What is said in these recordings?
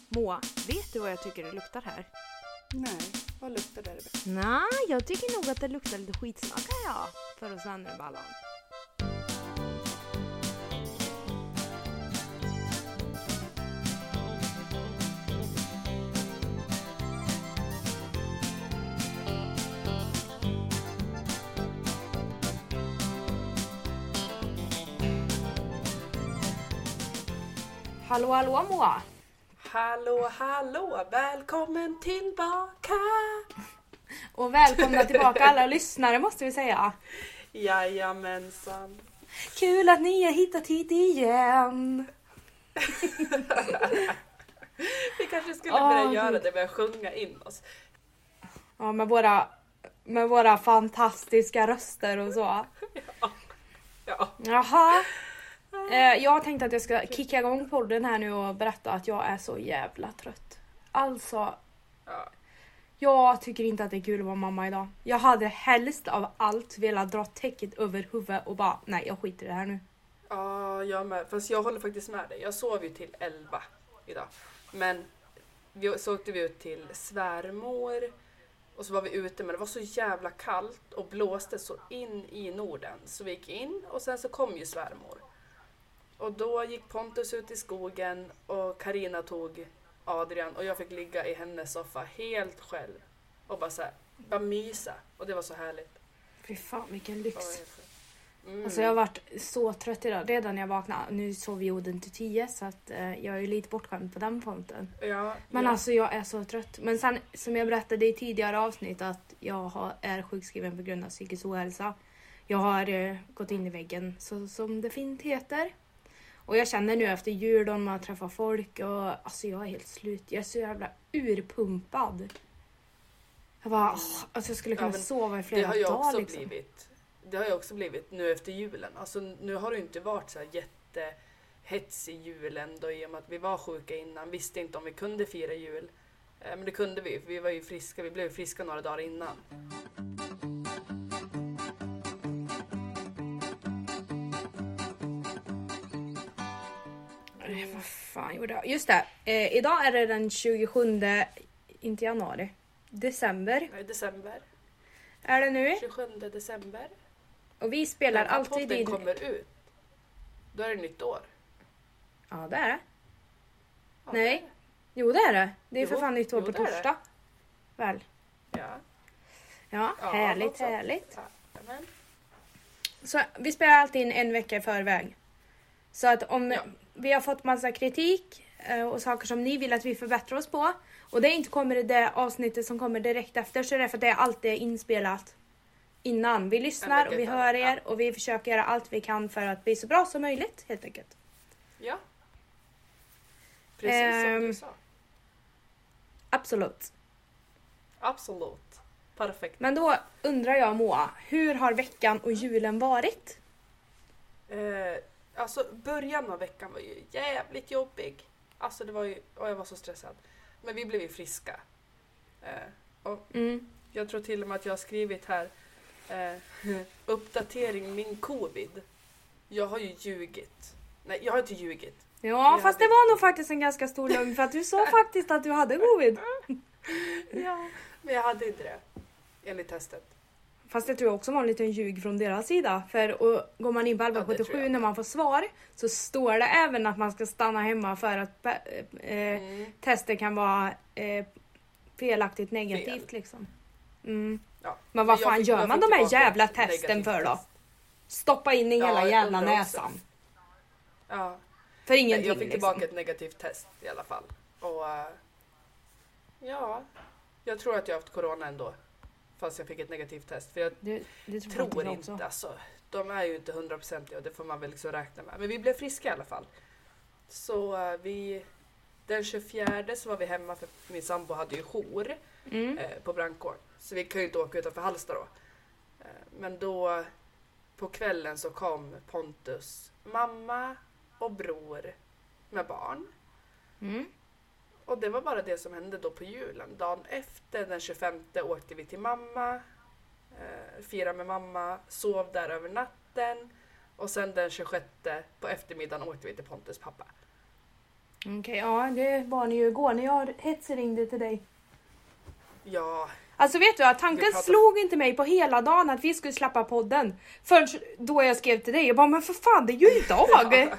Moa, vet du vad jag tycker det luktar här? Nej, vad luktar det? Nej, jag tycker nog att det luktar lite skitsnacka för oss andra ballan. Hallå, hallå Moa! Hallå, hallå! Välkommen tillbaka! Och välkomna tillbaka alla lyssnare måste vi säga. Jajamensan. Kul att ni har hittat hit igen. Vi kanske skulle börja göra det, börja sjunga in oss. Ja, med våra fantastiska röster och så. Ja. Jaha. Jag tänkte att jag ska kicka igång podden här nu och berätta att jag är så jävla trött. Alltså, jag tycker inte att det är kul att vara mamma idag. Jag hade helst av allt velat dra täcket över huvudet och bara, nej jag skiter i det här nu. Ja, jag med. Fast jag håller faktiskt med dig. Jag sov ju till 11 idag. Men så åkte vi ut till svärmor. Och så var vi ute, men det var så jävla kallt och blåste så in i Norden. Så vi gick in och sen så kom ju svärmor. Och då gick Pontus ut i skogen och Karina tog Adrian och jag fick ligga i hennes soffa helt själv och bara mysa. Och det var så härligt. Fy fan vilken lyx. Mm. Alltså jag har varit så trött idag redan när jag vaknade. Nu sov vi Oden till 10 så att jag är lite bortskämd på den fronten. Men alltså jag är så trött. Men sen som jag berättade i tidigare avsnitt att jag är sjukskriven på grund av psykisk ohälsa. Jag har gått in i väggen så som det fint heter. Och jag känner nu efter jul om man träffar folk och alltså jag är helt slut. Jag är så jävla urpumpad. Jag bara, alltså jag skulle kunna sova i flera dagar liksom. Det har ju också blivit nu efter julen. Alltså nu har det ju inte varit så här jättehets i julen då i och med att vi var sjuka innan. Visste inte om vi kunde fira jul. Men det kunde vi, för vi var ju friska. Vi blev friska några dagar innan. Vad fan gjorde jag? Just det, idag är det den 27, inte januari, december. Nej, december. Är det nu? 27 december. Och vi spelar när alltid podden kommer ut, då är det nytt år. Ja, det är det. Ja, Nej. det är det. Jo, det är det. Det är för fan nytt år på det är det. torsdag. Väl? Ja, härligt, härligt. Ja, men. Så vi spelar alltid in en vecka i förväg. Så att om vi har fått massa kritik och saker som ni vill att vi förbättrar oss på. Och det inte kommer i det avsnittet som kommer direkt efter. Så är det för att det är alltid inspelat innan. Vi lyssnar och vi hör er och vi försöker göra allt vi kan för att bli så bra som möjligt helt enkelt. Ja. Precis som du sa. Absolut. Absolut. Perfekt. Men då undrar jag Moa, hur har veckan och julen varit? Alltså början av veckan var ju jävligt jobbig. Alltså det var ju, och jag var så stressad. Men vi blev ju friska. Jag tror till och med att jag har skrivit här uppdatering min covid. Jag har ju ljugit. Nej, jag har inte ljugit. Ja, fast det var nog faktiskt en ganska stor lögn för att du sa faktiskt att du hade covid. Ja, men jag hade inte det. Enligt testet. Fast det tror jag också var en liten ljug från deras sida. För och går man in på 1177 när man får svar så står det även att man ska stanna hemma för att testet kan vara felaktigt negativt liksom. Ja. Men vad fan gör man de här jävla testen för då? Test. Stoppa in i hela jävla näsan. Ja. För ingenting jag fick tillbaka liksom. ett negativt test i alla fall. Och jag tror att jag har haft corona ändå. Fast jag fick ett negativt test. För jag det tror inte, alltså. De är ju inte 100% och det får man väl liksom räkna med. Men vi blev friska i alla fall. Så den 24 så var vi hemma för min sambo hade ju jour på brandkåren. Så vi kunde ju inte åka utanför Halmstad då. Men då på kvällen så kom Pontus mamma och bror med barn. Och det var bara det som hände då på julen. Dagen efter den 25 åkte vi till mamma. Firade med mamma. Sov där över natten. Och sen den 26 på eftermiddagen åkte vi till Pontus pappa. Okej, ja det var ni ju igår när jag hetsringde till dig. Ja. Alltså vet du att tanken slog inte mig på hela dagen att vi skulle släppa podden. Förrän då jag skrev till dig. Jag bara, men för fan det är ju idag.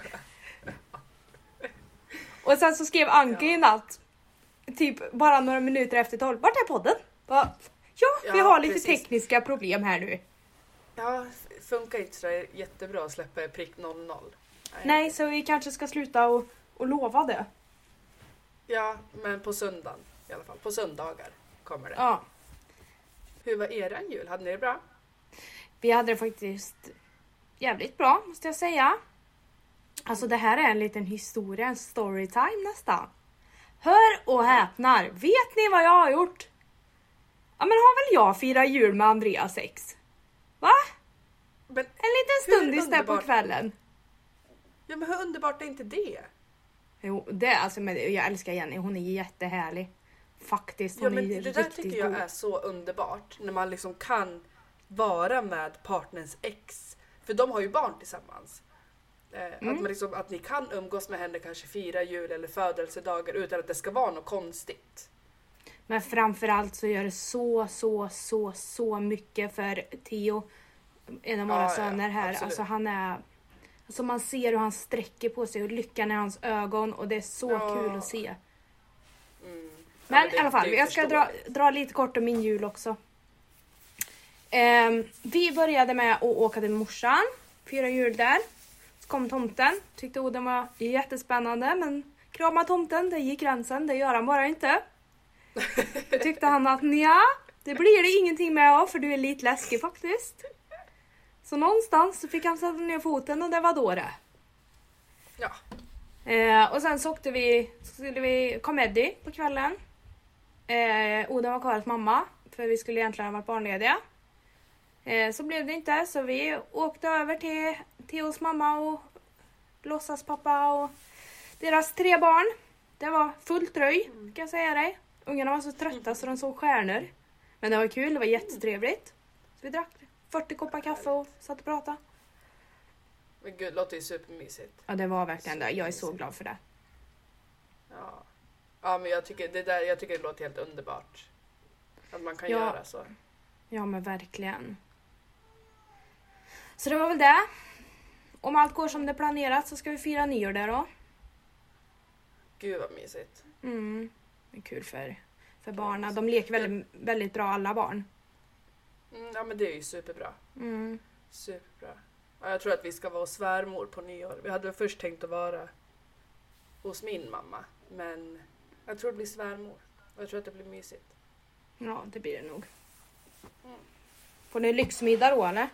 Och sen så skrev Anke i natt. Typ bara några minuter efter 12. Vart är podden? Bara, ja, vi har lite tekniska problem här nu. Ja, funkar inte så jättebra att släppa prick 00. Nej, så vi kanske ska sluta och lova det. Ja, men på söndagen i alla fall. På söndagar kommer det. Ja. Hur var eran jul? Hade ni det bra? Vi hade det faktiskt jävligt bra, måste jag säga. Alltså det här är en liten historia, en storytime nästan. Hör och häpnar. Vet ni vad jag har gjort? Ja men har väl jag firat jul med Andreas ex? Va? Men en liten stundis där på kvällen. Ja men hur underbart är inte det? Jo, det alltså, men jag älskar Jenny. Hon är jättehärlig. Faktiskt, hon är riktigt god. Det där tycker jag är så underbart. När man liksom kan vara med partners ex. För de har ju barn tillsammans. Att ni kan umgås med henne, kanske fira jul eller födelsedagar utan att det ska vara något konstigt. Men framförallt så gör det så mycket för Theo. En av våra söner här. Absolut. Alltså han är... Alltså man ser hur han sträcker på sig och lyckan i hans ögon. Och det är så kul att se. Men i alla fall, jag ska dra lite kort om min jul också. Vi började med att åka till morsan. Fira jul där. Så kom tomten. Tyckte Oden var jättespännande. Men krama tomten, det gick gränsen. Det gör han bara inte. Tyckte han att det blir det ingenting med av. För du är lite läskig faktiskt. Så någonstans så fick han sätta ner foten och det var då det. Ja. Och sen så skulle vi komedi på kvällen. Oden var kvar hos mamma. För vi skulle egentligen ha varit barnlediga. Så blev det inte. Så vi åkte över till Theos mamma och låtsas pappa och deras 3 barn. Det var fullt röj, kan jag säga dig. Ungarna var så trötta så de såg stjärnor. Men det var kul, det var jättetrevligt. Så vi drack 40 koppar kaffe och satt och pratade. Men gud, det låter ju supermysigt. Ja, det var verkligen det. Jag är så glad för det. Ja, men jag tycker det låter helt underbart. Att man kan göra så. Ja, men verkligen. Så det var väl det. Om allt går som det planerat så ska vi fira nyår där då. Gud vad mysigt. Det är kul för barnen. De leker väldigt, väldigt bra alla barn. Ja men det är ju superbra. Superbra. Ja, jag tror att vi ska vara hos svärmor på nyår. Vi hade först tänkt att vara hos min mamma. Men jag tror det blir svärmor. Jag tror att det blir mysigt. Ja, det blir det nog. Får ni lyxmiddag då eller?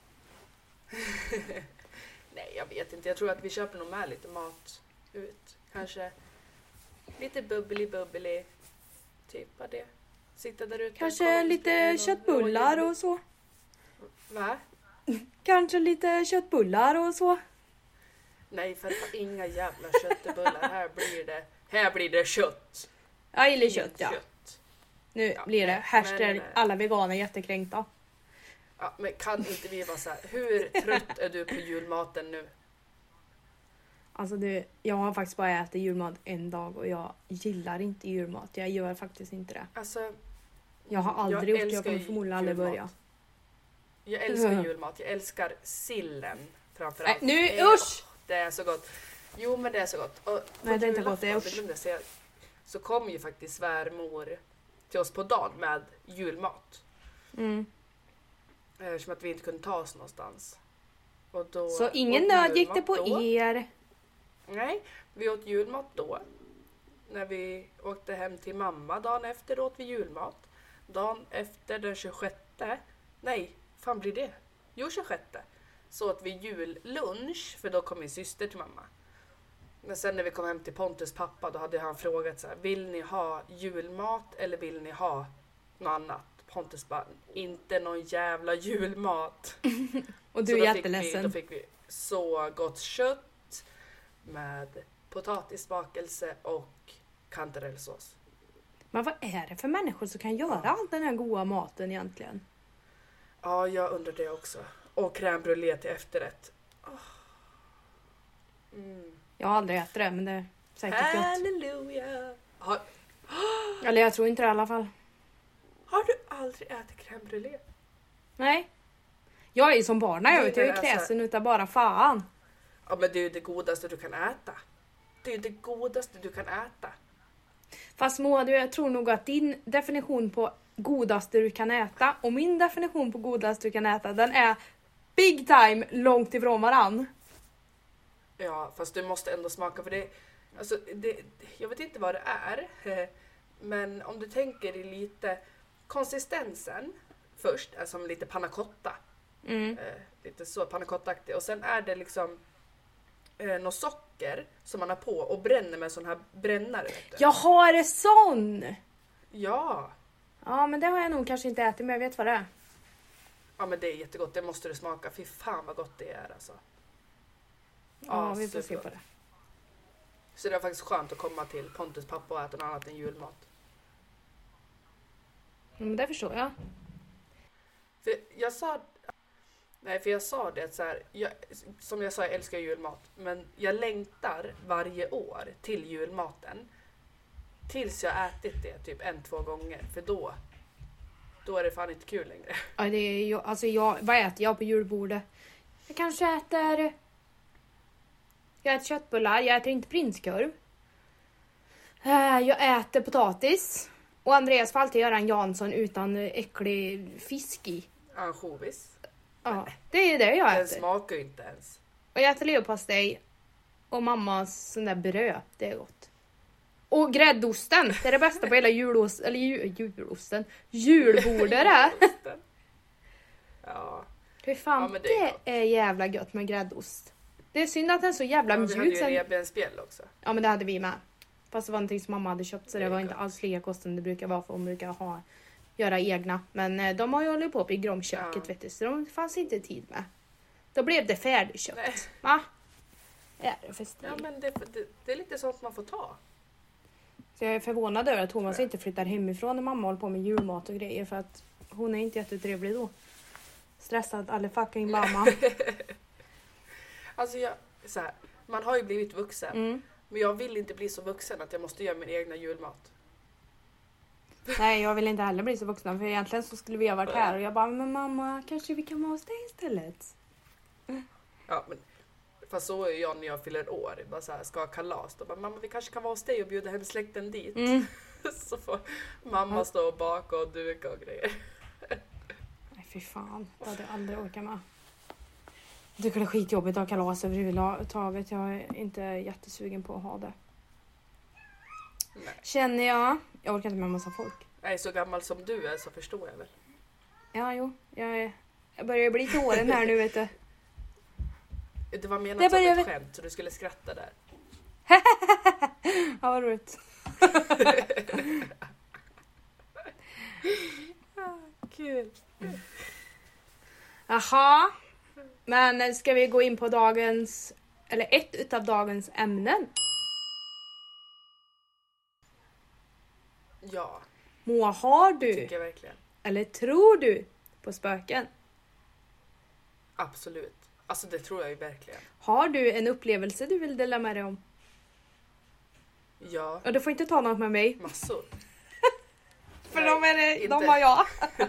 Nej, jag vet inte. Jag tror att vi köper nog med lite mat ut. Kanske lite bubbly. Typ vad det. Sitta där ute. Kanske lite köttbullar och så. Va? Kanske lite köttbullar och så. Nej, för inga jävla köttbullar. Här blir det kött. Jag gillar kött, ja. Nu blir det hashtag alla veganer jättekränkta. Ja, men kan inte vi vara så här? Hur trött är du på julmaten nu? Alltså jag har faktiskt bara ätit julmat en dag och jag gillar inte julmat. Jag gör faktiskt inte det. Alltså, jag har aldrig gjort det. Jag kommer förmodligen aldrig börja. Jag älskar julmat. Jag älskar sillen framförallt. Nu, usch! Det är så gott. Jo, men det är så gott. Och nej, det är inte gott. Det är usch. Så kom ju faktiskt svärmor till oss på dagen med julmat. Som att vi inte kunde ta oss någonstans. Och då så ingen nöd gick det på då. Er? Nej, vi åt julmat då. När vi åkte hem till mamma dagen efter åt vi julmat. Dagen efter den 26. Nej, fan blir det? Jo, 26. Så åt vi jullunch, för då kom min syster till mamma. Men sen när vi kom hem till Pontus pappa, då hade han frågat så här: vill ni ha julmat eller vill ni ha något annat? Pontus bara, inte någon jävla julmat. Och du är jätteledsen. Då fick vi så gott kött med potatisbakelse och kantarellsås. Men vad är det för människor som kan göra all den här goda maten egentligen? Ja, jag undrar det också. Och crème brûlée till efterrätt. Jag har aldrig ätit det, men det Säkert gott. Halleluja! Eller jag tror inte det i alla fall. Har du aldrig ätit crème brûlée? Nej. Jag är ju som barna, jag vet. Jag är kräsen utav bara fan. Ja, men det är ju det godaste du kan äta. Det är ju det godaste du kan äta. Fast Moa, jag tror nog att din definition på godaste du kan äta och min definition på godaste du kan äta, den är big time långt ifrån varann. Ja, fast du måste ändå smaka för det. Alltså, jag vet inte vad det är. Men om du tänker i lite konsistensen först är som lite panna cotta. Lite så panna cotta-aktig. Och sen är det liksom något socker som man har på och bränner med en sån här brännare. Vet du. Jag har en sån! Ja. Ja, men det har jag nog kanske inte ätit, men jag vet vad det är. Ja, men det är jättegott. Det måste du smaka. Fy fan vad gott det är alltså. Ja, vi får se på det. Så det är faktiskt skönt att komma till Pontus pappa och äta något annat än julmat. Men det förstår jag. För jag sa det att så här, som jag sa, jag älskar julmat. Men jag längtar varje år till julmaten. Tills jag ätit det typ 1-2 gånger. För då är det fan inte kul längre. Ja, det är ju, alltså vad äter jag på julbordet? Jag kanske äter... Jag äter köttbullar, jag äter inte prinskorv. Jag äter potatis. Och Andreas får alltid göra en Jansson utan äcklig fisk i. Ansjovis. Ja, det är det jag äter. Den smakar ju inte ens. Och jag äter leverpastej och mammas sån där bröd, det är gott. Och gräddosten, det är det bästa på hela julbordet där. Ja. Hur fan, ja, det är jävla gött med gräddost. Det är synd att den är så jävla mjuk. Vi hade ju revbensspjäll också. Ja, men det hade vi med. Fast det var någonting som mamma hade köpt, så det var inte alls lika kostande det brukar vara, för hon brukar göra egna. Men de har ju hållit på att bygga om köket, vet du, så de fanns inte tid med. Då blev det färdigköpt. Va? Ja, men det är lite sånt man får ta. Så jag är förvånad över att Thomas inte flyttar hemifrån när mamma håller på med julmat och grejer, för att hon är inte jättetrevlig då. Stressad alla fucking mamma. Alltså man har ju blivit vuxen. Men jag vill inte bli så vuxen att jag måste göra min egna julmat. Nej, jag vill inte heller bli så vuxen. För egentligen så skulle vi ha varit här. Och jag bara, men mamma, kanske vi kan vara hos dig istället. Ja, men fast så är jag när jag fyller år. Bara så här, ska ha kalas. Då bara, mamma, vi kanske kan vara hos dig och bjuda hem släkten dit. Så får mamma stå och baka och duka och grejer. Nej, fy fan. Det hade jag aldrig orkat med. Jag tycker det är skitjobbigt att ha kalas överhuvudtaget. Jag är inte jättesugen på att ha det. Nej. Känner jag. Jag orkar inte med en massa folk. Jag är så gammal som du är, så förstår jag väl. Ja, jo. Jag börjar bli till åren här nu, vet du. Det var menat som ett skämt, så du skulle skratta där. Ja, vad roligt. Kul. Aha. Men ska vi gå in på ett utav dagens ämnen? Ja. Moa, har du? Tycker jag verkligen. Eller tror du på spöken? Absolut. Alltså det tror jag ju verkligen. Har du en upplevelse du vill dela med dig om? Ja. Och du får inte ta något med mig. Massor. För de var jag.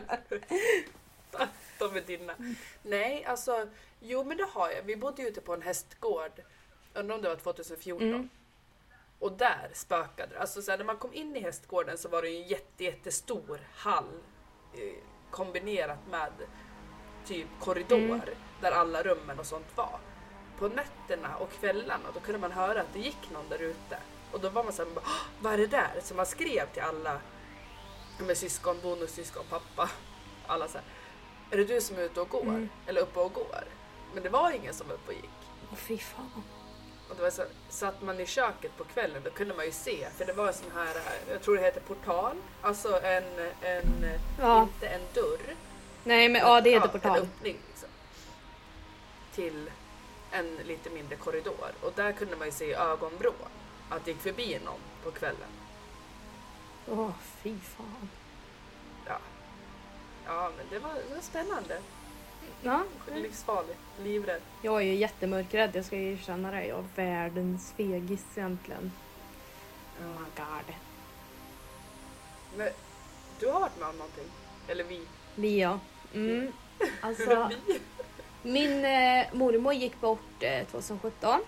De är dina. Nej, alltså, jo men det har jag. Vi bodde ute på en hästgård. Undrar om det var 2014. Och där spökade det. Alltså så här, när man kom in i hästgården så var det en jättestor hall. Kombinerat med typ korridor. Där alla rummen och sånt var. På nätterna och kvällarna då kunde man höra att det gick någon där ute. Och då var man så här, vad är det där? Så man skrev till alla med syskon, bonussyskon, pappa. Alla så här, är det du som är ute och går? Eller uppe och går? Men det var ingen som var uppe och gick. Åh, fy fan. Och det var så satt man i köket på kvällen, då kunde man ju se. För det var en sån här, jag tror det heter portal. Alltså inte en dörr. Nej, men det heter portal. En öppning liksom. Till en lite mindre korridor. Och där kunde man ju se i ögonvrån att det gick förbi någon på kvällen. Åh, fy fan. Ja, men det var spännande. Ja. Livsfarligt, livrädd. Jag är ju jättemörkrädd, jag ska erkänna det. Jag är världens fegis egentligen. Oh my god. Men du har varit med om någonting? Eller vi? Vi, ja. Alltså, min mormor gick bort 2017.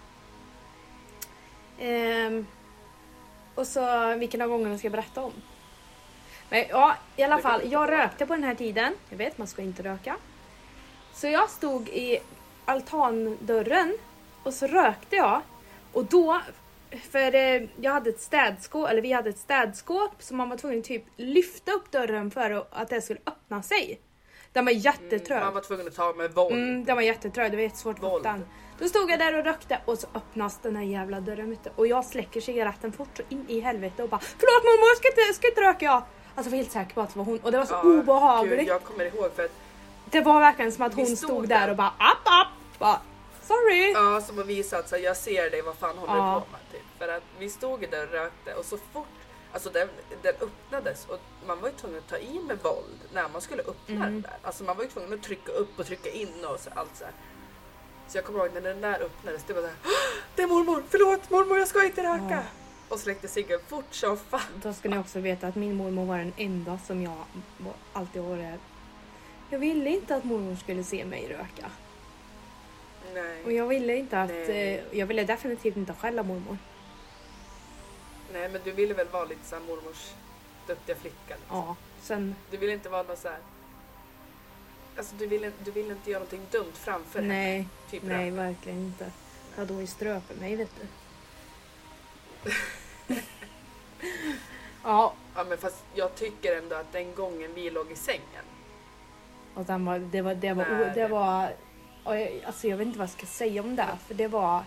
Och så vilken av gångerna ska jag berätta om? Men ja, i alla fall, jag rökte på den här tiden. Jag vet, man ska inte röka. Så jag stod i altandörren och så rökte jag. Och då, för jag hade ett städskåp, eller vi hade ett städskåp, så man var tvungen att typ lyfta upp dörren för att det skulle öppna sig. Den var jättetrög. Man var tvungen att ta med våld. Den var jättetrög, det var jättesvårt att få den. Då stod jag där och rökte och så öppnas den här jävla dörren ute. Och jag släcker cigaretten fort så in i helvete och bara förlåt mormor, jag ska inte röka jag. Alltså jag var helt säker på att det var hon. Och det var så obehagligt. Gud, jag kommer ihåg för att det var verkligen som att hon stod där och bara app. Bara, sorry. Ja, som att visa att så jag ser dig, vad fan håller du på med typ. För att vi stod där och rökte och så fort, alltså den öppnades och man var ju tvungen att ta i med våld när man skulle öppna den där. Alltså man var ju tvungen att trycka upp och trycka in och så, allt så här. Så jag kommer ihåg när den där öppnades, det var såhär, det är mormor, förlåt mormor, jag ska inte röka. Ja. Och släckte ciggen fort så fan. Då ska ni också veta att min mormor var den enda som jag alltid var. Jag ville inte att mormor skulle se mig röka. Nej. Och jag ville inte att, jag ville definitivt inte skälla mormor. Nej, men du ville väl vara lite så här mormors duktiga flicka liksom. Ja, sen. Du ville inte vara någon så här. Alltså du ville inte göra någonting dumt framför henne. Nej, typ nej verkligen inte. Jag då i ströpen mig, vet du. Ja, men fast jag tycker ändå att den gången vi låg i sängen. Och sen var det var alltså jag vet inte vad jag ska säga om det, för det var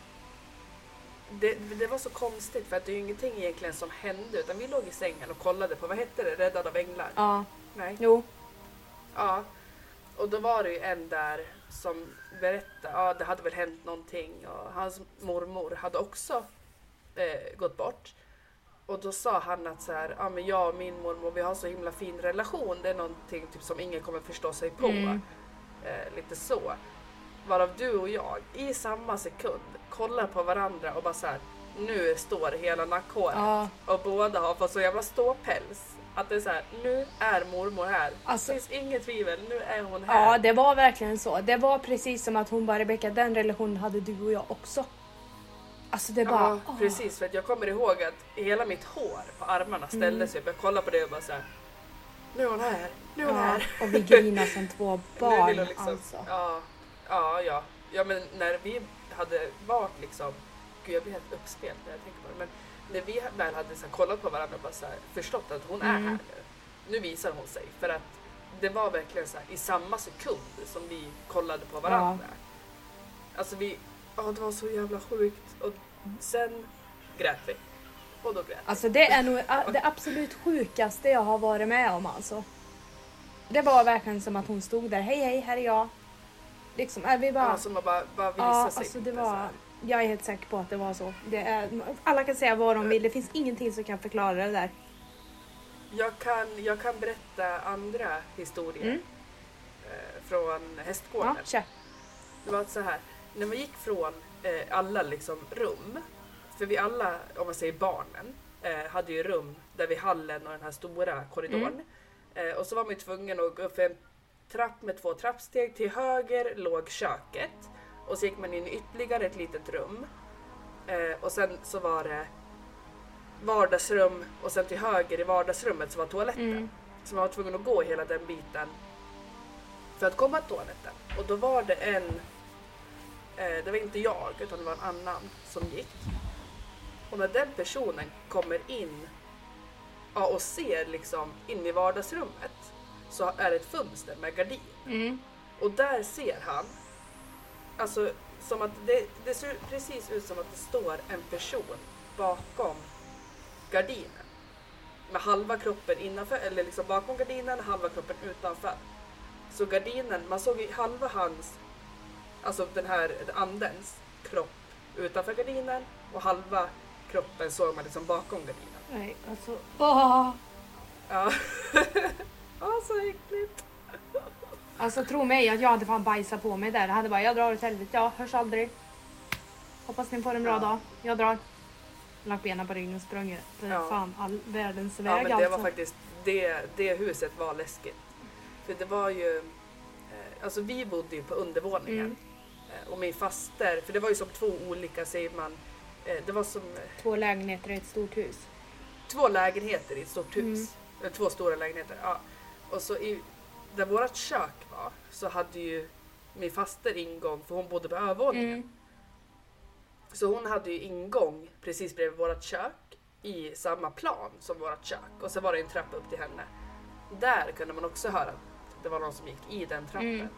så konstigt för att det är ju ingenting egentligen som hände, utan vi låg i sängen och kollade på, vad hette det, Räddad av änglar? Ja. Nej. Jo. Ja. Och då var det ju en där som berättade, det hade väl hänt någonting och hans mormor hade också gått bort. Och då sa han att så här, men jag och min mormor, vi har så himla fin relation, det är någonting typ som ingen kommer förstå sig på. Lite så. Varav du och jag i samma sekund kollar på varandra och bara så här, nu står hela nackhåret. Ja. Och båda har fått så jävla ståpäls. Att det är så här, nu är mormor här. Alltså, det finns inget tvivel, nu är hon här. Ja, det var verkligen så. Det var precis som att hon bara, Rebecka, den relationen hade du och jag också. Alltså det bara... Ja, precis. För att jag kommer ihåg att hela mitt hår på armarna ställde sig upp. Jag kollade på det och bara så här, nu är hon här, nu är hon här. Och vi grinar som två barn liksom, alltså. Ja, men när vi hade varit liksom, gud jag blir helt uppspelt när jag tänker på det. Men när vi väl hade så här, kollat på varandra och bara så här, förstått att hon är här nu. Nu visar hon sig. För att det var verkligen så här, i samma sekund som vi kollade på varandra. Ja. Alltså det var så jävla sjukt. Och sen grät vi. Och då grät vi. Alltså det är nog det absolut sjukaste jag har varit med om alltså. Det var verkligen som att hon stod där. Hej, här är jag. Liksom, vi bara... Ja, som man bara visar sig. Alltså det var... Jag är helt säker på att det var så. Alla kan säga vad de vill. Det finns ingenting som kan förklara det där. Jag kan berätta andra historier från hästgården. Ja, det var så här. När man gick från alla liksom rum, för vi alla, om man säger barnen, hade ju rum där vid hallen och den här stora korridoren. Och så var man ju tvungen att gå upp för en trapp med 2 trappsteg. Till höger låg köket. Och så gick man in i ytterligare ett litet rum. Och sen så var det vardagsrum. Och sen till höger i vardagsrummet så var toaletten. Så man var tvungen att gå hela den biten för att komma till toaletten. Och då var det det var inte jag utan det var en annan som gick. Och när den personen kommer in och ser liksom in i vardagsrummet, så är det ett fönster med gardin. Och där ser han, alltså som att det ser precis ut som att det står en person bakom gardinen. Med halva kroppen innanför, eller liksom bakom gardinen, halva kroppen utanför. Så gardinen, man såg i halva hans, alltså den här andens kropp utanför gardinen, och halva kroppen såg man liksom bakom gardinen. Nej, alltså... Ja. Så äckligt. Alltså tro mig att jag hade fan bajsat på mig där. Jag hade bara, jag drar åt helvete, hörs aldrig. Hoppas ni får en bra dag. Jag drar. lagt benen på ryggen och sprungit för fan all världens väg. Ja, men det var faktiskt, det huset var läskigt. För det var ju, alltså vi bodde ju på undervåningen. Och min faster, för det var ju som två olika, säger man, det var som... 2 lägenheter i ett stort hus. 2 lägenheter i ett stort hus. 2 stora lägenheter, ja. Och så där vårat kök var, så hade ju min faster ingång, för hon bodde på övervåningen. Så hon hade ju ingång precis bredvid vårat kök i samma plan som vårat kök. Och så var det en trappa upp till henne. Där kunde man också höra att det var någon som gick i den trappen.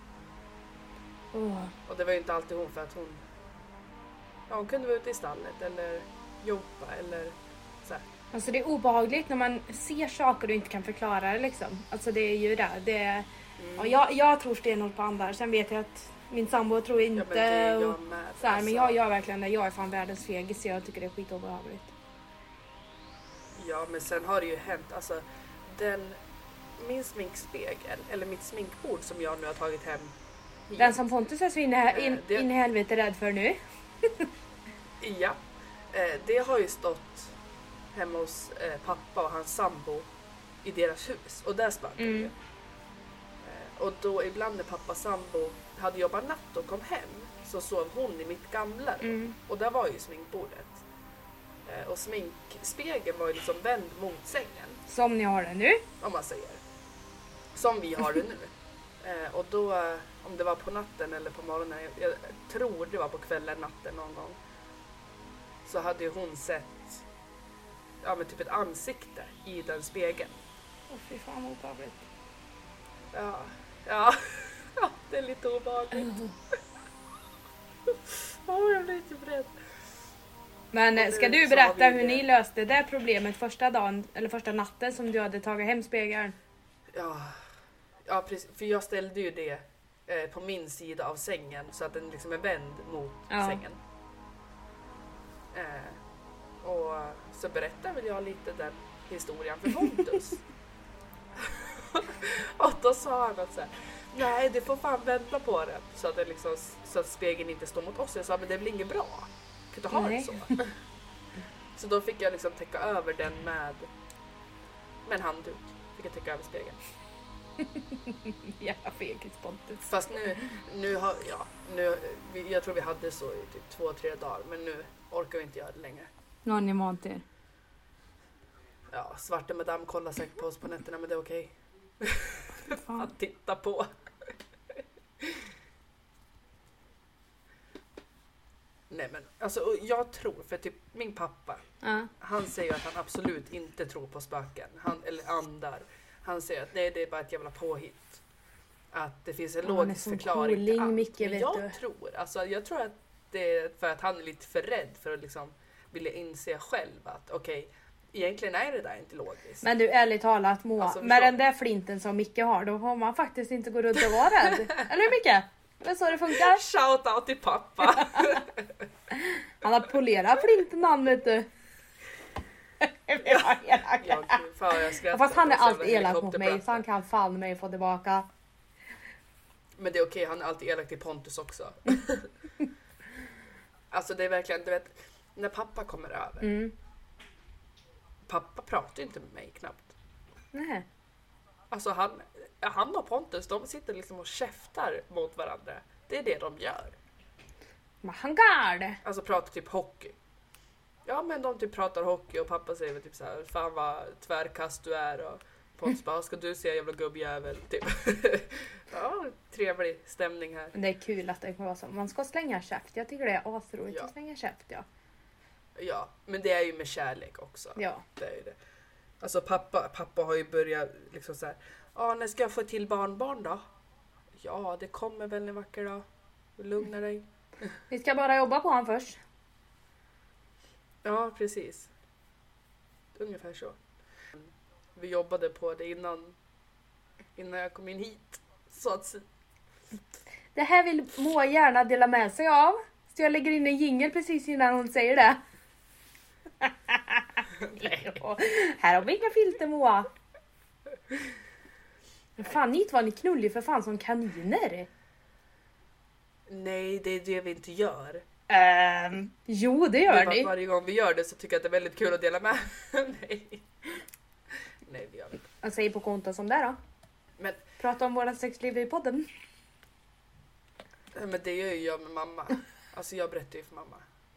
Och det var ju inte alltid hon, för att hon kunde vara ute i stallet eller jobba eller så här. Alltså det är obehagligt när man ser saker och inte kan förklara det liksom. Alltså det är ju det. Jag tror stenhårt på andar. Sen vet jag att min sambo tror inte. Ja, men det är jag med. Så här, men jag gör verkligen det. Jag är fan världens fegis, så jag tycker det är skitobehagligt. Ja, men sen har det ju hänt. Alltså min sminkspegel, eller mitt sminkbord som jag nu har tagit hem hit. Den som Pontus är så in i helvete rädd för nu. Ja, det har ju stått hemma hos pappa och hans sambo i deras hus. Och där spökade det. Och då ibland när pappa sambo hade jobbat natt och kom hem, så sov hon i mitt gamla rum. Och där var ju sminkbordet. Och sminkspegeln var ju liksom vänd mot sängen. Som ni har det nu. Om man säger. Som vi har det nu. Och då, om det var på natten eller på morgonen, jag tror det var på kvällen, natten någon gång, så hade ju hon sett men typ ett ansikte i den spegeln. Fy fan vad obehagligt. Ja, det är lite obehagligt. Jag blir typ rädd. Men ska du berätta hur ni löste det problemet första dagen eller första natten som du hade tagit hem spegeln? Ja, precis. För jag ställde ju det på min sida av sängen så att den liksom är vänd mot sängen. Och så berättar väl jag lite den historien för Pontus. Och då sa han att så här, nej, det får fan vända på det så att, så att spegeln inte står mot oss. Jag sa, men det är väl inget bra. Kan du ha det så? Så då fick jag liksom täcka över den med en handduk. Fick jag täcka över spegeln. Jävla fegis Pontus. Fast nu har jag tror vi hade så i typ 2-3 dagar, men nu orkar vi inte göra det längre. Nu har ni mat er. Ja, svarte madame kollar säkert på oss på nätterna, men det är okej. Att titta på. Nej, men alltså jag tror, för typ min pappa, han säger att han absolut inte tror på spöken, eller andar. Han säger att nej, det är bara ett jävla påhitt. Att det finns en logisk förklaring till allt. Men jag tror att det är för att han är lite för rädd för att liksom vilja inse själv att okej, egentligen är det där inte logiskt. Men du, ärligt talat Moa, alltså, med den där flinten som Micke har, då får man faktiskt inte gå runt och vara rädd. Eller hur Micke? Det är så det funkar. Shout out till pappa. Han har polerat flinten han, vet du. Fast han är alltid elak mot mig, så han kan fan mig få tillbaka. Men det är okej, han är alltid elak till Pontus också. Alltså det är verkligen, du vet, när pappa kommer över. Pappa pratar inte med mig knappt. Nej. Alltså han och Pontus, de sitter liksom och käftar mot varandra. Det är det de gör. Men han gör det. Alltså pratar typ hockey. Ja, men de typ pratar hockey och pappa säger typ så här, fan vad tvärkast du är, och Pontus bara, ska du se jävla gubbjävel typ. Ja, trevlig stämning här. Det är kul att det kan vara så. Man ska slänga käft. Jag tycker det är asroligt att slänga käft, Ja, men det är ju med kärlek också. Ja. Det är ju det. Alltså pappa har ju börjat liksom så här, när ska jag få till barnbarn då? Ja, det kommer väl en vacker dag. Lugna dig. Vi ska bara jobba på han först. Ja, precis. Ungefär så. Vi jobbade på det innan jag kom in hit. Så att... Det här vill Moa gärna dela med sig av. Så jag lägger in en jingle precis innan hon säger det. Här har vi inga filter, Moa. Fan, ni var ni knullig för fan som kaniner. Nej, det är det vi inte gör. Jo, det gör ni. Varje gång vi gör det så tycker jag att det är väldigt kul att dela med. Nej. Nej, vi gör det inte. Jag säger på konton som det då. Men, prata om våra sexliv i podden. men det gör ju jag med mamma. Alltså jag berättar ju för mamma.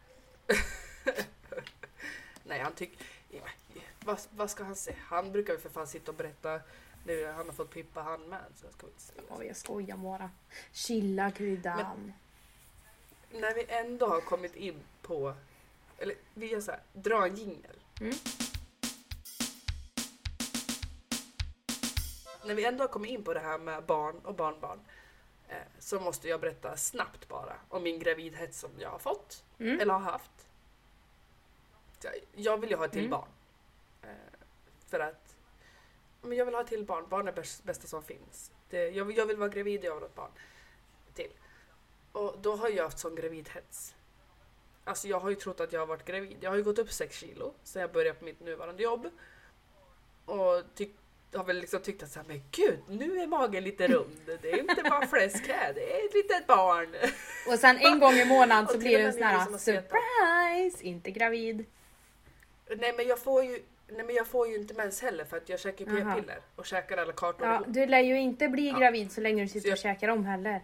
Nej, han tycker... Vad ska han säga? Han brukar ju för fan sitta och berätta. Nu han har fått pippa han med. Så ska vi inte säga. Jag skojar bara. Chilla kryddan. Men, när vi ändå har kommit in på... Eller vi gör så här. Dra en jingle. När vi ändå har kommit in på det här med barn och barnbarn. Så måste jag berätta snabbt bara om min gravidhet som jag har fått. Eller har haft. Jag vill ju ha ett till barn. För att men jag vill ha ett till barn. Barn är bästa som finns. Jag vill vara gravid och jag vill ha ett barn till. Och då har jag haft sån gravidhets. Alltså jag har ju trott att jag har varit gravid. Jag har ju gått upp 6 kilo sen jag började på mitt nuvarande jobb. Och har väl liksom tyckt att så här, men gud, nu är magen lite rund. Det är inte bara fläsk här, det är ett litet barn. Och sen en gång i månaden så blir det en sån här surprise, inte gravid. Nej men jag får ju inte mens heller för att jag käkar p-piller och käkar alla kartor. Ja, du lär ju inte bli gravid så länge du sitter och käkar dem heller.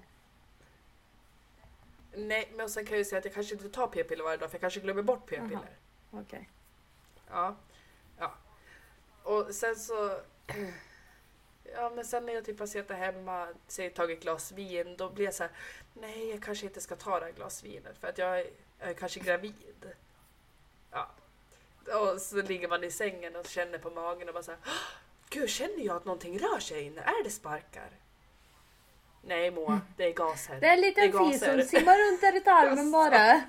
Nej, men sen kan jag ju säga att jag kanske inte tar p-piller varje dag för jag kanske glömmer bort p-piller. Okej. Ja. Och sen så... Ja, men sen när jag typ har suttit hemma, säger tagit ett glas vin, då blir jag så här: nej, jag kanske inte ska ta det här glas vinet för att jag är kanske gravid. Ja. Och så ligger man i sängen och känner på magen och bara så här: gud, känner jag att någonting rör sig inne? Är det sparkar? Nej, Moa, det är gaser. Det är en liten fis som simmar runt där i tarmen bara.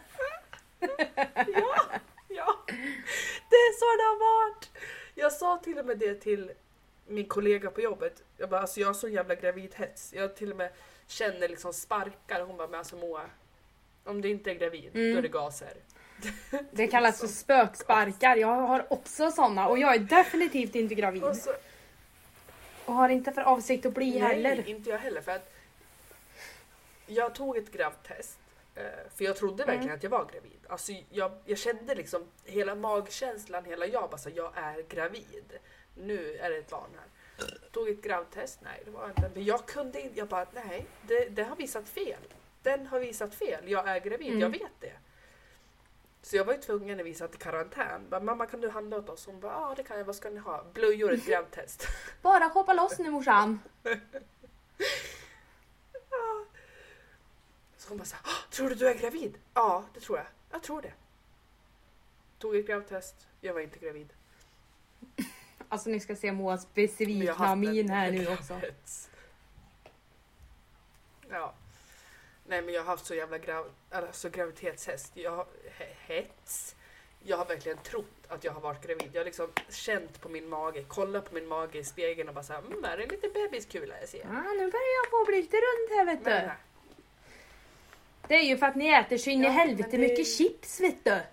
Ja, det är så det har varit. Jag sa till och med det till min kollega på jobbet. Jag bara, alltså jag har så jävla gravidhets. Jag till och med känner liksom sparkar. Hon bara, men alltså Moa, om du inte är gravid, då är det gaser. Det kallas för spöksparkar. Jag har också såna och jag är definitivt inte gravid. Och har inte för avsikt att bli heller. Nej, inte jag heller. För att jag tog ett gravtest. För jag trodde verkligen att jag var gravid. Alltså jag kände liksom hela magkänslan, hela jag bara så jag är gravid. Nu är det ett barn här. Tog ett gravtest, nej det var inte. Men jag kunde inte, jag bara nej, det har visat fel. Den har visat fel, jag är gravid, jag vet det. Så jag var ju tvungen att visa till karantän. Bara, mamma, kan du handla åt oss? Hon bara, ja det kan jag, vad ska ni ha? Blöjor, ett gravtest. Bara hoppa loss nu morsan. Så hon bara så här, tror du är gravid? Ja, det tror jag. Jag tror det. Tog ett gravtest. Jag var inte gravid. Alltså ni ska se Moas besvikna min här nu också. Ja. Nej, men jag har haft så jävla graviditetshets. Jag har verkligen trott att jag har varit gravid. Jag har liksom känt på min mage, kollat på min mage i spegeln och bara så här, är det lite bebiskula jag ser? Ja, nu börjar jag få bli lite runt här vet du. Det är ju för att ni äter så in i helvete mycket chips, vet du.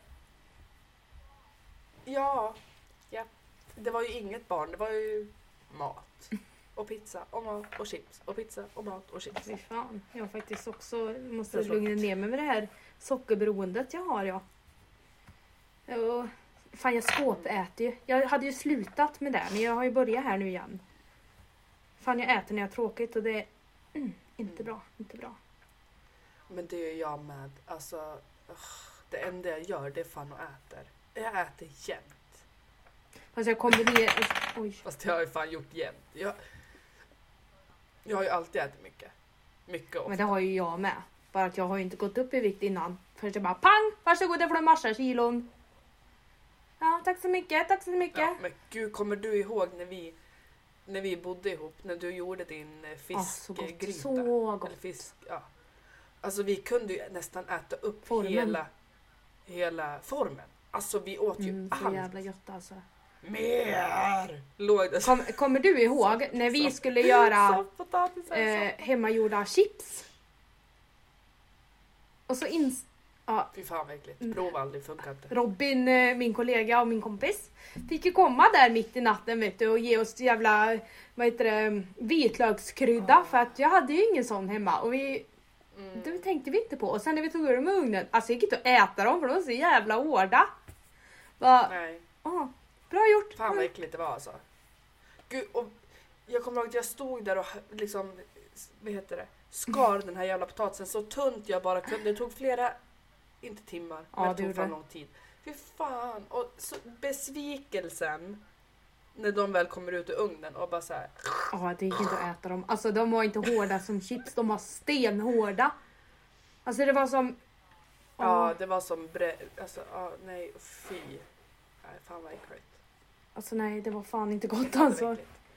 Ja. Det var ju inget barn, det var ju mat. Och pizza och mat och chips. Och pizza och mat och chips. Fy fan, jag faktiskt också måste lugna ner mig med det här sockerberoendet jag har, ja. Och, fan, jag skåpäter ju. Jag hade ju slutat med det, men jag har ju börjat här nu igen. Fan, jag äter när jag har tråkigt och det är inte bra, inte bra. Men det är jag med. Alltså, det enda jag gör det är fan och äter. Jag äter jämt. Fast jag kommer ner... Oj. Fast det har jag fan gjort jämt. Jag har ju alltid ätit mycket. Mycket ofta. Men det har ju jag med. Bara att jag har ju inte gått upp i vikt innan. Först jag bara pang! Varsågod, jag får en massa kilon. Ja, tack så mycket, tack så mycket. Ja, men gud, kommer du ihåg när vi bodde ihop? När du gjorde din fiskgryta? Så gott. Eller fisk, ja. Alltså vi kunde ju nästan äta upp hela formen. Alltså vi åt ju allt. Så jävla gott alltså. Mer! Kommer du ihåg när vi skulle göra hemmagjorda chips? Och så fy fan vad äckligt. Prova aldrig, funkar inte. Robin, min kollega och min kompis, fick ju komma där mitt i natten vet du, och ge oss jävla vitlökskrydda för att jag hade ju ingen sån hemma och vi Det tänkte vi inte på. Och sen när vi tog ur dem i ugnen, alltså jag gick inte att äta dem för de var så jävla hårda. Nej. Bra gjort. Fan vad äckligt det var alltså. Gud, och jag kommer ihåg att jag stod där och liksom, skar den här jävla potatisen så tunt jag bara kunde. Det tog flera, inte timmar, men det tog fan lång tid. Fy fan. Och så besvikelsen när de väl kommer ut ur ugnen och bara så här. Ja, det gick inte att äta dem. Alltså de var inte hårda som chips, de var stenhårda. Alltså det var som... Ja, det var som nej, fy. Nej, fan vad äckligt. Alltså nej, det var fan inte gott alltså.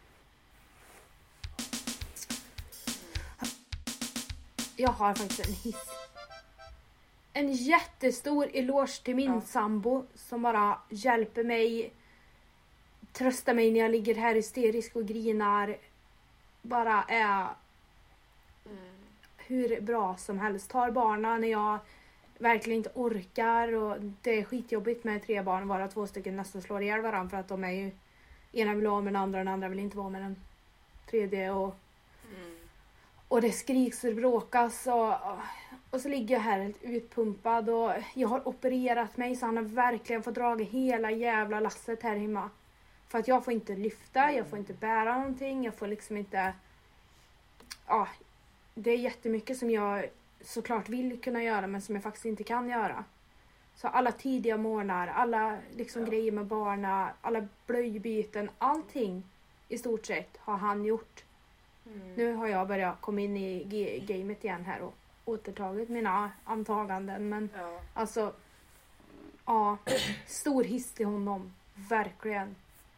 Jag har faktiskt en hiss. En jättestor eloge till min sambo som bara hjälper mig, tröstar mig när jag ligger här hysterisk och grinar. Bara är hur bra som helst. Tar barnen när jag verkligen inte orkar och det är skitjobbigt med 3 barn, vara 2 stycken nästan slår ihjäl varandra för att de är ju, ena vill vara med den andra vill inte vara med den tredje och det skriks och det bråkas och så ligger jag här helt utpumpad och jag har opererat mig så han har verkligen fått dra hela jävla lasset här hemma. För att jag får inte lyfta, jag får inte bära någonting, jag får liksom inte... Ja, det är jättemycket som jag såklart vill kunna göra men som jag faktiskt inte kan göra. Så alla tidiga morgnar, alla liksom grejer med barna, alla blöjbyten, allting i stort sett har han gjort. Nu har jag börjat komma in i gamet igen här och återtagit mina antaganden. Men alltså, stor hiss till honom. Verkligen.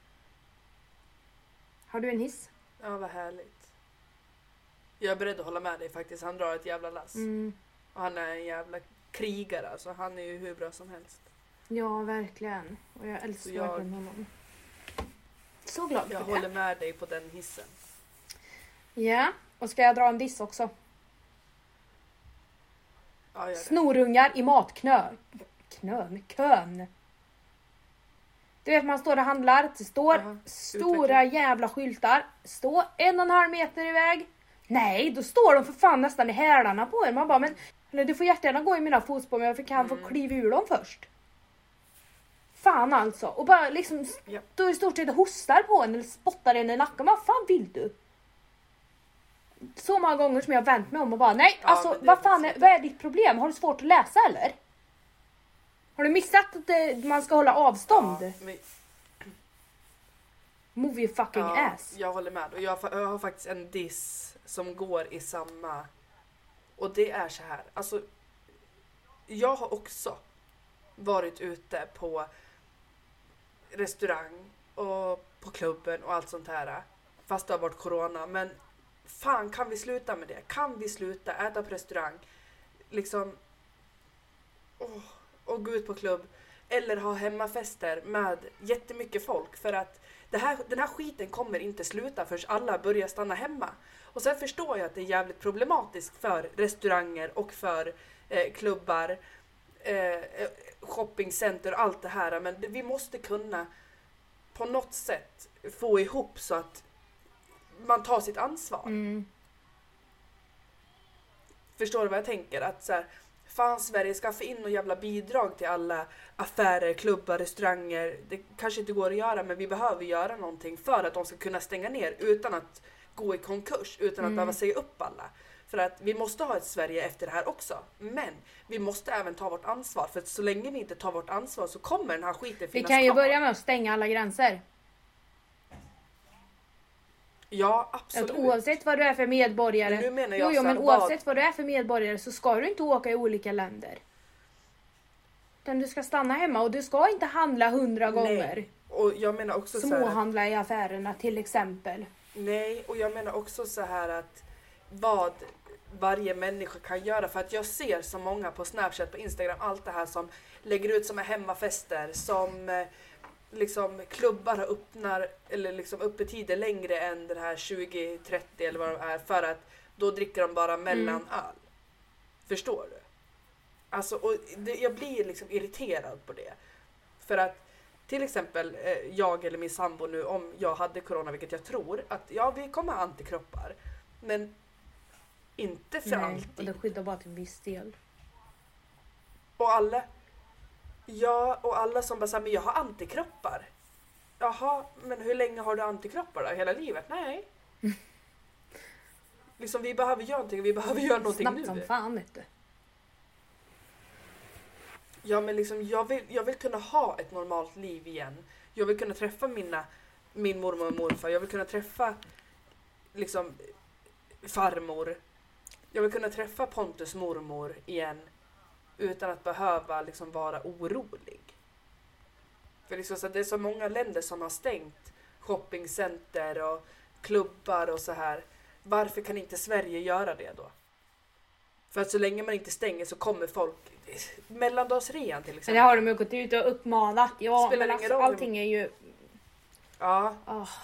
Har du en hiss? Ja, vad härligt. Jag är beredd att hålla med dig faktiskt. Han drar ett jävla lass. Och han är en jävla krigare. Alltså han är ju hur bra som helst. Ja, verkligen. Och jag älskar verkligen honom. Så glad för det. Jag håller med dig på den hissen. Ja, och ska jag dra en diss också? Ja, snorungar i matkön. Du vet man står och handlar. Det står stora jävla skyltar. Stå 1,5 meter iväg. Nej, då står de för fan nästan i hälarna på er. Man bara, men du får jättegärna gå i mina fotspår men jag kan få kliva ur dem först. Fan alltså. Och bara liksom då i stort sett hostar på en eller spottar en i nacken. Vad fan vill du? Så många gånger som jag har vänt mig om och bara, nej, alltså vad är ditt problem? Har du svårt att läsa eller? Har du missat att man ska hålla avstånd? Ja, men... Move your fucking ass. Jag håller med. Och jag har faktiskt en diss som går i samma... Och det är så här. Alltså, jag har också varit ute på restaurang och på klubben och allt sånt här. Fast det har varit corona. Men fan, kan vi sluta med det? Kan vi sluta äta på restaurang? Liksom... och gå ut på klubb eller ha hemmafester med jättemycket folk för att den här skiten kommer inte sluta förrän alla börjar stanna hemma. Och sen förstår jag att det är jävligt problematiskt för restauranger och för klubbar, shoppingcenter och allt det här, men vi måste kunna på något sätt få ihop så att man tar sitt ansvar. Förstår du vad jag tänker? Att så här, fan, Sverige ska få in någon jävla bidrag till alla affärer, klubbar, restauranger. Det kanske inte går att göra, men vi behöver göra någonting för att de ska kunna stänga ner utan att gå i konkurs, utan att behöva säga upp alla. För att vi måste ha ett Sverige efter det här också. Men vi måste även ta vårt ansvar, för att så länge vi inte tar vårt ansvar så kommer den här skiten finnas kvar. Vi kan ju börja med att stänga alla gränser. Ja, absolut. Att oavsett vad du är för medborgare. Men nu menar jag men oavsett vad du är för medborgare så ska du inte åka i olika länder. Utan du ska stanna hemma och du ska inte handla 100 gånger. Och jag menar också småhandla i affärerna till exempel. Nej, och jag menar också så här att vad varje människa kan göra. För att jag ser så många på Snapchat, på Instagram, allt det här som lägger ut som är hemmafester, som liksom klubbar öppnar eller liksom öppettider längre än den här 20-30 eller vad de är, för att då dricker de bara mellanöl. Förstår du? Alltså, och jag blir liksom irriterad på det. För att till exempel jag eller min sambo nu, om jag hade corona, vilket jag tror, att vi kommer ha antikroppar. Men Inte för alltid. Och det skyddar bara till en viss del. Och alla som bara säger, men jag har antikroppar. Jaha, men hur länge har du antikroppar då? Hela livet? Nej. Liksom vi behöver göra någonting, vi behöver göra någonting snabbt nu. Snabbt som fan, vet du. Ja, men liksom jag vill kunna ha ett normalt liv igen. Jag vill kunna träffa min mormor och morfar. Jag vill kunna träffa liksom farmor. Jag vill kunna träffa Pontus mormor igen utan att behöva liksom vara orolig. För liksom, så det är så många länder som har stängt shoppingcenter och klubbar och så här. Varför kan inte Sverige göra det då? För att så länge man inte stänger så kommer folk. Mellandagsrean till exempel. Men det har de ju gått ut och uppmanat. Ja, spelar men ingen alltså, roll. allting är ju... Ja.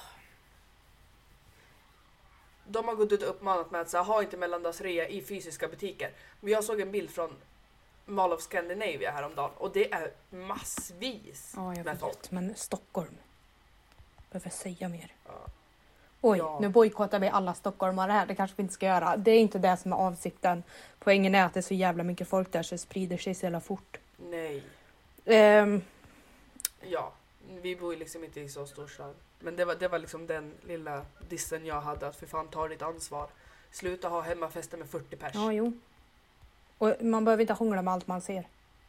De har gått ut och uppmanat med att så här, ha inte mellandagsrea i fysiska butiker. Men jag såg en bild från Mall of Scandinavia häromdagen. Och det är massvis med folk. Men Stockholm. Behöver säga mer. Ja. Oj, nu bojkottar vi alla stockholmare här. Det kanske vi inte ska göra. Det är inte det som är avsikten. Poängen är att det är så jävla mycket folk där så det sprider sig så jävla fort. Nej. Ja, vi bor ju liksom inte i så stor stad. Men det var liksom den lilla dissen jag hade. Att för fan ta ditt ansvar. Sluta ha hemmafester med 40 pers. Ja, jo. Och man behöver inte hångla med allt man ser.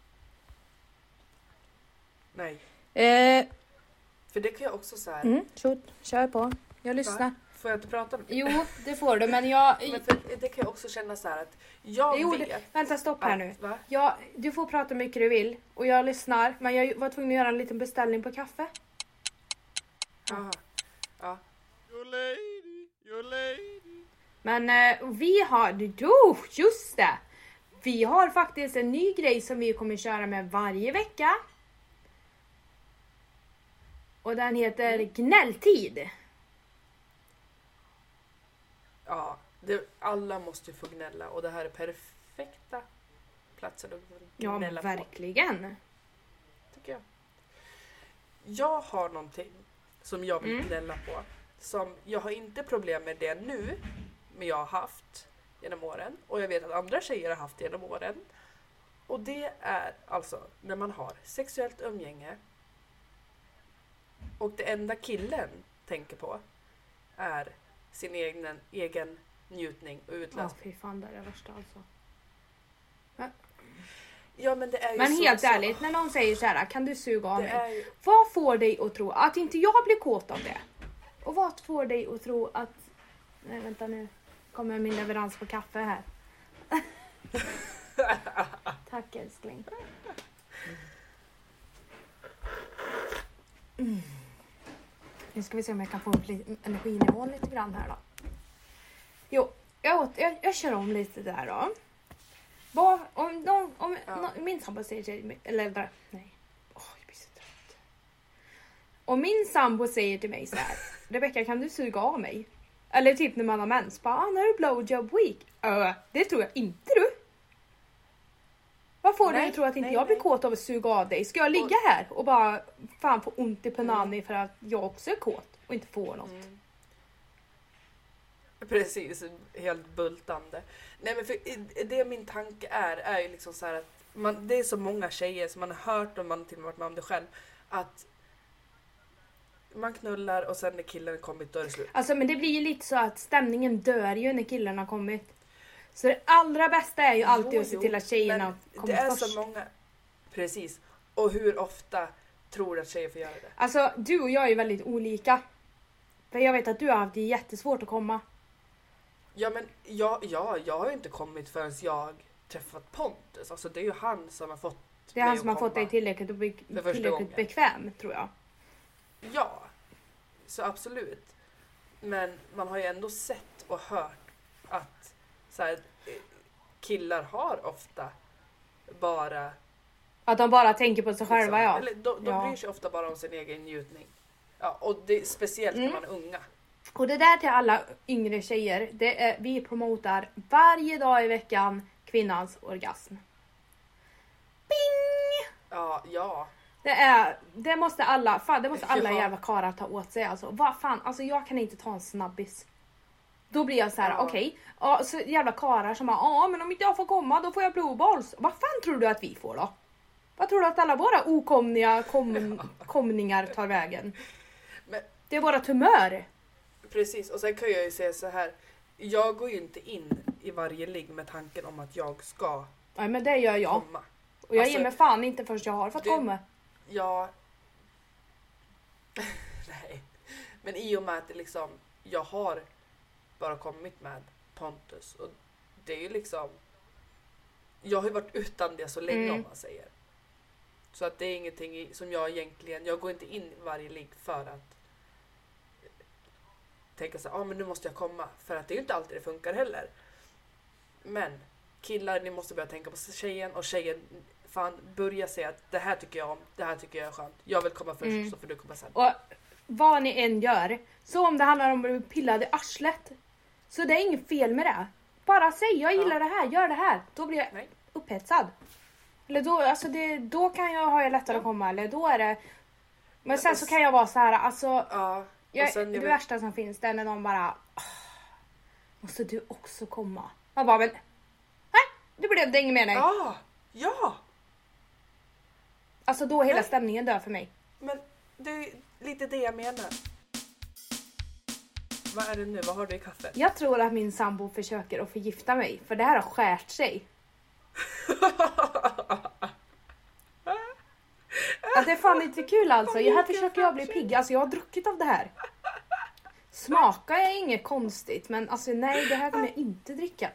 Nej. För det kan jag också säga. Kör på. Jag lyssnar. Va? Får jag inte prata med dig? Jo, det får du, men jag... Men för det kan jag också känna så här att jag vet... Vänta, stopp här nu. Va? Du får prata mycket du vill och jag lyssnar, men jag var tvungen att göra en liten beställning på kaffe. Aha. Ja. Your lady. Men vi har... just det! Vi har faktiskt en ny grej som vi kommer köra med varje vecka. Och den heter Gnälltid. Ja, alla måste ju få gnälla och det här är perfekta platser att gnälla på. Ja, verkligen. Tycker jag. Jag har någonting som jag vill gnälla på. Som jag har inte problem med det nu, men jag har haft genom åren. Och jag vet att andra tjejer har haft genom åren. Och det är alltså när man har sexuellt umgänge och det enda killen tänker på är sin egen njutning och utlösning. Ja, fy fan, det är det värsta alltså. Ja, men det är ju men så, helt så. Ärligt, när någon säger så här, kan du suga av mig? Ju... Vad får dig att tro att inte jag blir kåt av det? Och vad får dig att tro att... Nej, vänta nu. Kommer min leverans på kaffe här. Tack älskling. Nu ska vi se om jag kan få upp energinivån lite grann här då. Jo, jag kör om lite där då. Om min sambo säger till mig, eller nej. Jag blir så trött. Om min sambo säger till mig så här: Rebecka, kan du suga av mig? Eller typ när man har mens. Bara, när är blowjob week? Det tror jag inte du. Vad får du att tro att inte jag blir kåt av att suga av dig? Ska jag ligga här och bara fan få ont i penani för att jag också är kåt och inte får något? Precis, helt bultande. Nej, men för det min tanke är ju liksom så här att det är så många tjejer som man har hört och man till och med varit med om det själv, att man knullar och sen när killen kommit då är det slut. Alltså men det blir ju lite så att stämningen dör ju när killen har kommit. Så det allra bästa är ju alltid att se till att tjejerna kommer det är först. Så många. Precis. Och hur ofta tror du att tjejer får göra det? Alltså du och jag är ju väldigt olika. För jag vet att du har haft det jättesvårt att komma. Ja, men jag har ju inte kommit förrän jag träffat Pontus. Alltså det är ju han som har fått det är han som har fått dig tillräckligt bekväm, tror jag. Ja, så absolut. Men man har ju ändå sett och hört att så här, killar har ofta bara... Att de bara tänker på sig själva, liksom, ja. Eller de bryr sig ofta bara om sin egen njutning. Ja, och det är speciellt när man är unga. Och det där till alla yngre tjejer, vi promotar varje dag i veckan kvinnans orgasm. Bing! Ja. Det måste alla jävla karlar ta åt sig alltså. Vad fan, alltså jag kan inte ta en snabbis. Då blir jag så här, okej. Ja, så jävla karar som bara, men om inte jag får komma då får jag blue balls. Vad fan tror du att vi får då? Vad tror du att alla våra okomniga komningar tar vägen? Men, det är våra tumör. Precis, och sen kan jag ju säga så här. Jag går ju inte in i varje ligg med tanken om att jag ska Nej, men det gör jag. komma. Och jag ger mig fan inte först jag har fått komma. Ja. Nej. Men i och med att det liksom, jag har bara kommit med Pontus. Och det är ju liksom, jag har ju varit utan det så länge om man säger. Så att det är ingenting som jag egentligen, jag går inte in i varje ligg för att tänka så här, men nu måste jag komma. För att det är ju inte alltid det funkar heller. Men killar, ni måste börja tänka på tjejen, och tjejen fan börja säga att det här tycker jag om, det här tycker jag är skönt. Jag vill komma först så får du komma sen. Och vad ni än gör, så om det handlar om att bli pillad i arslet, så det är inget fel med det. Bara säg, jag gillar det här, gör det här. Då blir jag upphetsad. Eller då, alltså då kan jag ha lättare att komma, eller då är det. Men sen så kan jag vara så här, alltså det värsta som finns, det är när de bara, måste du också komma? Man bara, men nej, det blev det inget med dig. Ja. Alltså då hela stämningen dör för mig. Men det är lite det jag menar. Vad är det nu? Vad har du i kaffet? Jag tror att min sambo försöker att förgifta mig, för det här har skärt sig. Att det är fan inte kul alltså. Här försöker jag bli pigg. Alltså jag har druckit av det här. Smakar är inget konstigt, men alltså nej, det här kommer jag inte dricka.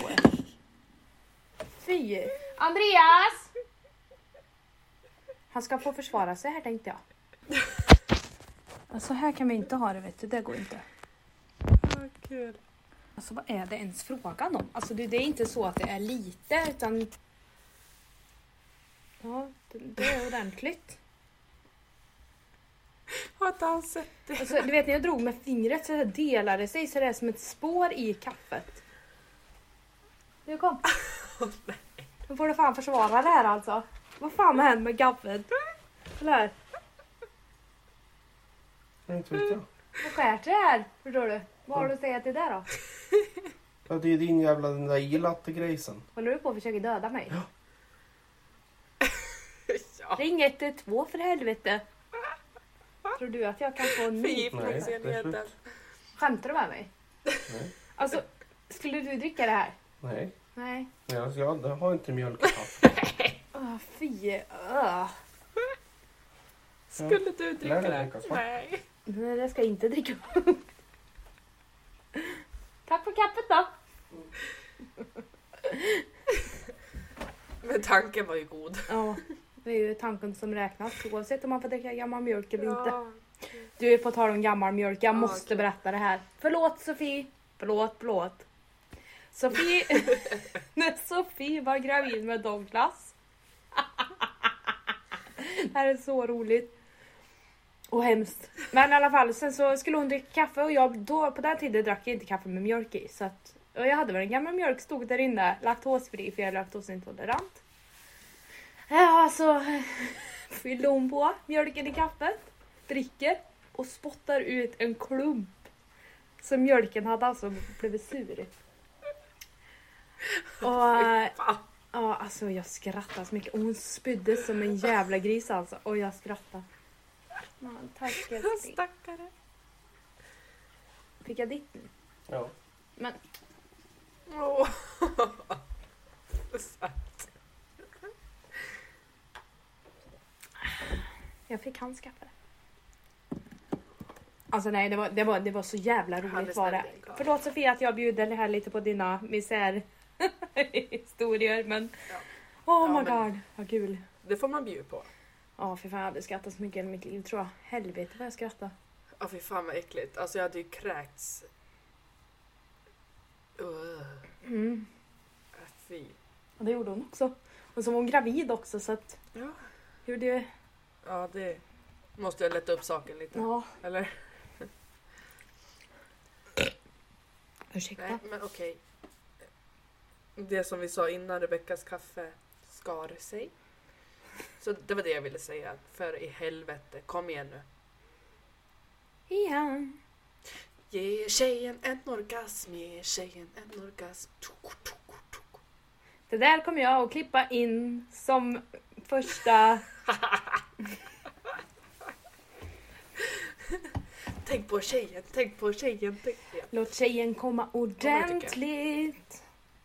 Fy. Andreas! Han ska få försvara sig här, tänkte jag. Alltså här kan vi inte ha det, vet du. Det går inte. Kul. Alltså vad är det ens frågan om? Alltså det är inte så att det är lite, utan ja, det är ordentligt. Har inte han sett det? Alltså, du vet när jag drog med fingret så delade sig, så det är som ett spår i kaffet. Nu kom. Nu får du fan försvara det här alltså. Vad fan har hänt med kaffet? Eller? Inte vet jag. Vad skärt det här? Förstår du? Vad har du att säga till det då? Ja, det är din jävla den där ilatte-grejsen. Håller du på att försöka döda mig? Ja. Ring 112 för helvete. Tror du att jag kan få en ny? Nej, skämtar du med mig? Nej. Alltså, skulle du dricka det här? Nej. Nej. Ja, alltså, jag har inte mjölk i kaffe. Fy. Skulle du dricka det? Nej. Nej, det ska jag inte dricka. Tack för kaffet då. Men tanken var ju god. Ja, det är ju tanken som räknas. Oavsett om man får dricka gammal mjölk eller inte. Du är på tal om gammal mjölk. Jag måste berätta det här. Förlåt Sofie. Förlåt. När Sofie var gravid med Douglas. Det här är så roligt. Och hemskt. Men i alla fall, sen så skulle hon dricka kaffe. Och jag då, på den tiden drack jag inte kaffe med mjölk i. Så att, och jag hade väl en gammal mjölk, stod där inne. Laktosfri, för jag är laktosintolerant. Ja, så fyllde hon på mjölken i kaffet. Dricker. Och spottar ut en klump. Så mjölken hade alltså blivit sur. Och ja, alltså jag skrattade så mycket. Och hon spydde som en jävla gris alltså. Och jag skrattade. Tack stackare. Fick jag ditt nu? Ja. Men jag fick handskaffa det. Alltså nej, det var så jävla roligt var det. Förlåt Sofia att jag bjuder det här lite på dina misärhistorier, men my god, vad kul. Det får man bjuda på. Ja, för fan, jag hade skrattat så mycket i mitt liv, tror jag. Helvete vad jag skrattade. Ja, för fan vad äckligt. Alltså jag hade ju kräkts. Fy. Och det gjorde hon också. Och så var hon gravid också, så att hur det. Ja, det måste jag lätta upp saken lite. Ja. Eller? Ursäkta. Nej, men okej. Det som vi sa innan, Rebeckas kaffe skar sig. Så det var det jag ville säga. För i helvete, kom igen nu. Ja. Ge tjejen en orgasm, ge tjejen en orgasm. Det där kommer jag att klippa in som första... Tänk på tjejen, tänk på tjejen. Låt tjejen komma ordentligt.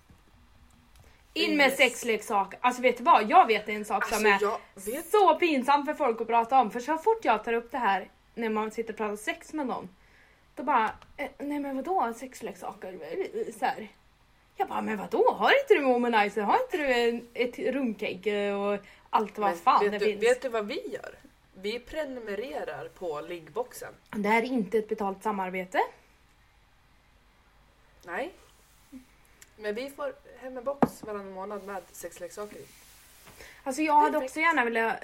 In med sexleksaker. Alltså vet du vad? Jag vet en sak som är så pinsam för folk att prata om. För så fort jag tar upp det här när man sitter och pratar sex med någon. Då bara, nej men vadå sexleksaker? Så här. Jag bara, men vadå? Har inte du womanizer? Har inte du ett runkägg och allt vad fan det finns? Vet du vad vi gör? Vi prenumererar på liggboxen. Det här är inte ett betalt samarbete. Nej. Men vi får hem en box varannan månad med sexleksaker i. Alltså jag hade också gärna velat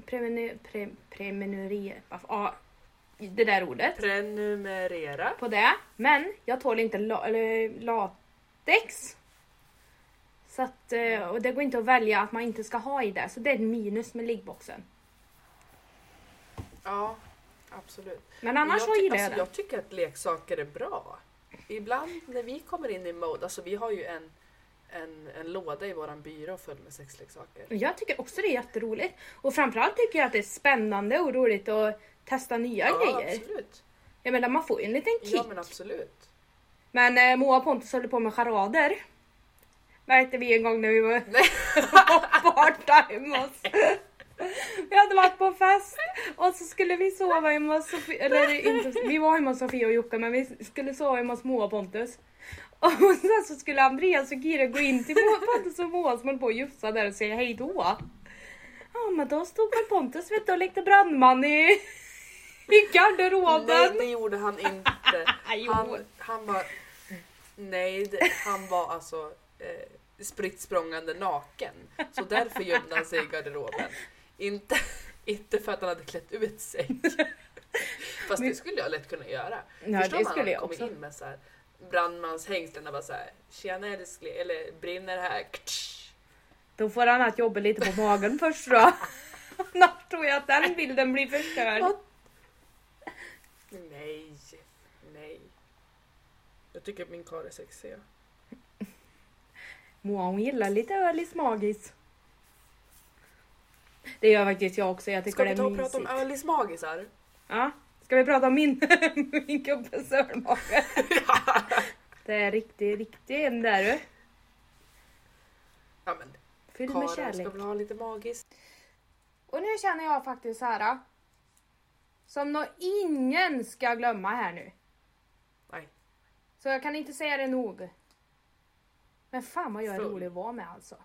prenumerera. Det där ordet. Prenumerera. På det. Men jag tål inte latex. Så att, och det går inte att välja att man inte ska ha i det. Så det är ett minus med liggboxen. Ja, absolut. Men annars så gillar jag det. Jag tycker att leksaker är bra. Ibland när vi kommer in i mode, alltså vi har ju en låda i våran byrå full med sexleksaker. Jag tycker också det är jätteroligt. Och framförallt tycker jag att det är spännande och roligt att testa nya grejer. Absolut. Jag menar man får ju en liten kick. Ja men absolut. Men Moa och Pontus höll på med charader. Märkte vi en gång när vi var borta hemma hos. Vi hade varit på fest och så skulle vi sova hemma hos Sofia, eller inte, vi var hemma hos Sofia och Jocke men vi skulle sova hemma hos Moa och Pontus. Och sen så skulle Andreas och Kira gå in till Pontus och Moa som höll på att jufsa där och säga hej då. Ja men då stod väl Pontus vet du, och lekte brandman i garderoben. Nej det gjorde han inte. Han var han var alltså spritt språngande naken. Så därför gömde han sig i garderoben. Inte för att han hade klätt ut sig. Fast det skulle jag lätt kunna göra. Ja, förstår det man skulle att jag kommer också. in med så här brandmanshängslen och bara så här tjena älskling eller brinner här. Då får han att jobba lite på magen först då. Annars tror jag att den bilden blir förstörd. Nej. Jag tycker att min karl är sexig. Moa hon gillar lite öl i smagis. Det gör faktiskt jag också. Jag tycker Ska det vi är ta och mysigt. prata om öl i smagisar? Ja. Ska vi prata om min gubbes ölmage? Det är riktigt en där du. Ja men Fylld med Karen kärlek. ska väl ha lite magis. Och nu känner jag faktiskt så här. Som ingen ska glömma här nu. Nej. Så jag kan inte säga det nog. Men fan vad jag är Full. rolig att vara med alltså.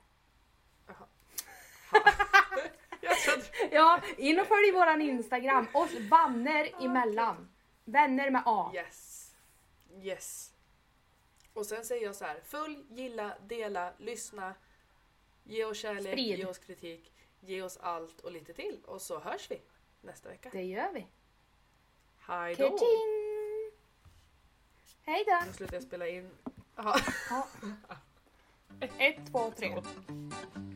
Jag trodde... Ja, in och följ våran Instagram. Oss vänner emellan. Vänner med A. Yes. Och sen säger jag så här. Följ, gilla, dela, lyssna. Ge oss kärlek, Sprid. ge oss kritik. Ge oss allt och lite till. Och så hörs vi nästa vecka. Det gör vi. Hej då. Ka-ching! Hej då. Nu slutar jag spela in. Aha. Ja. 1, 2, 3.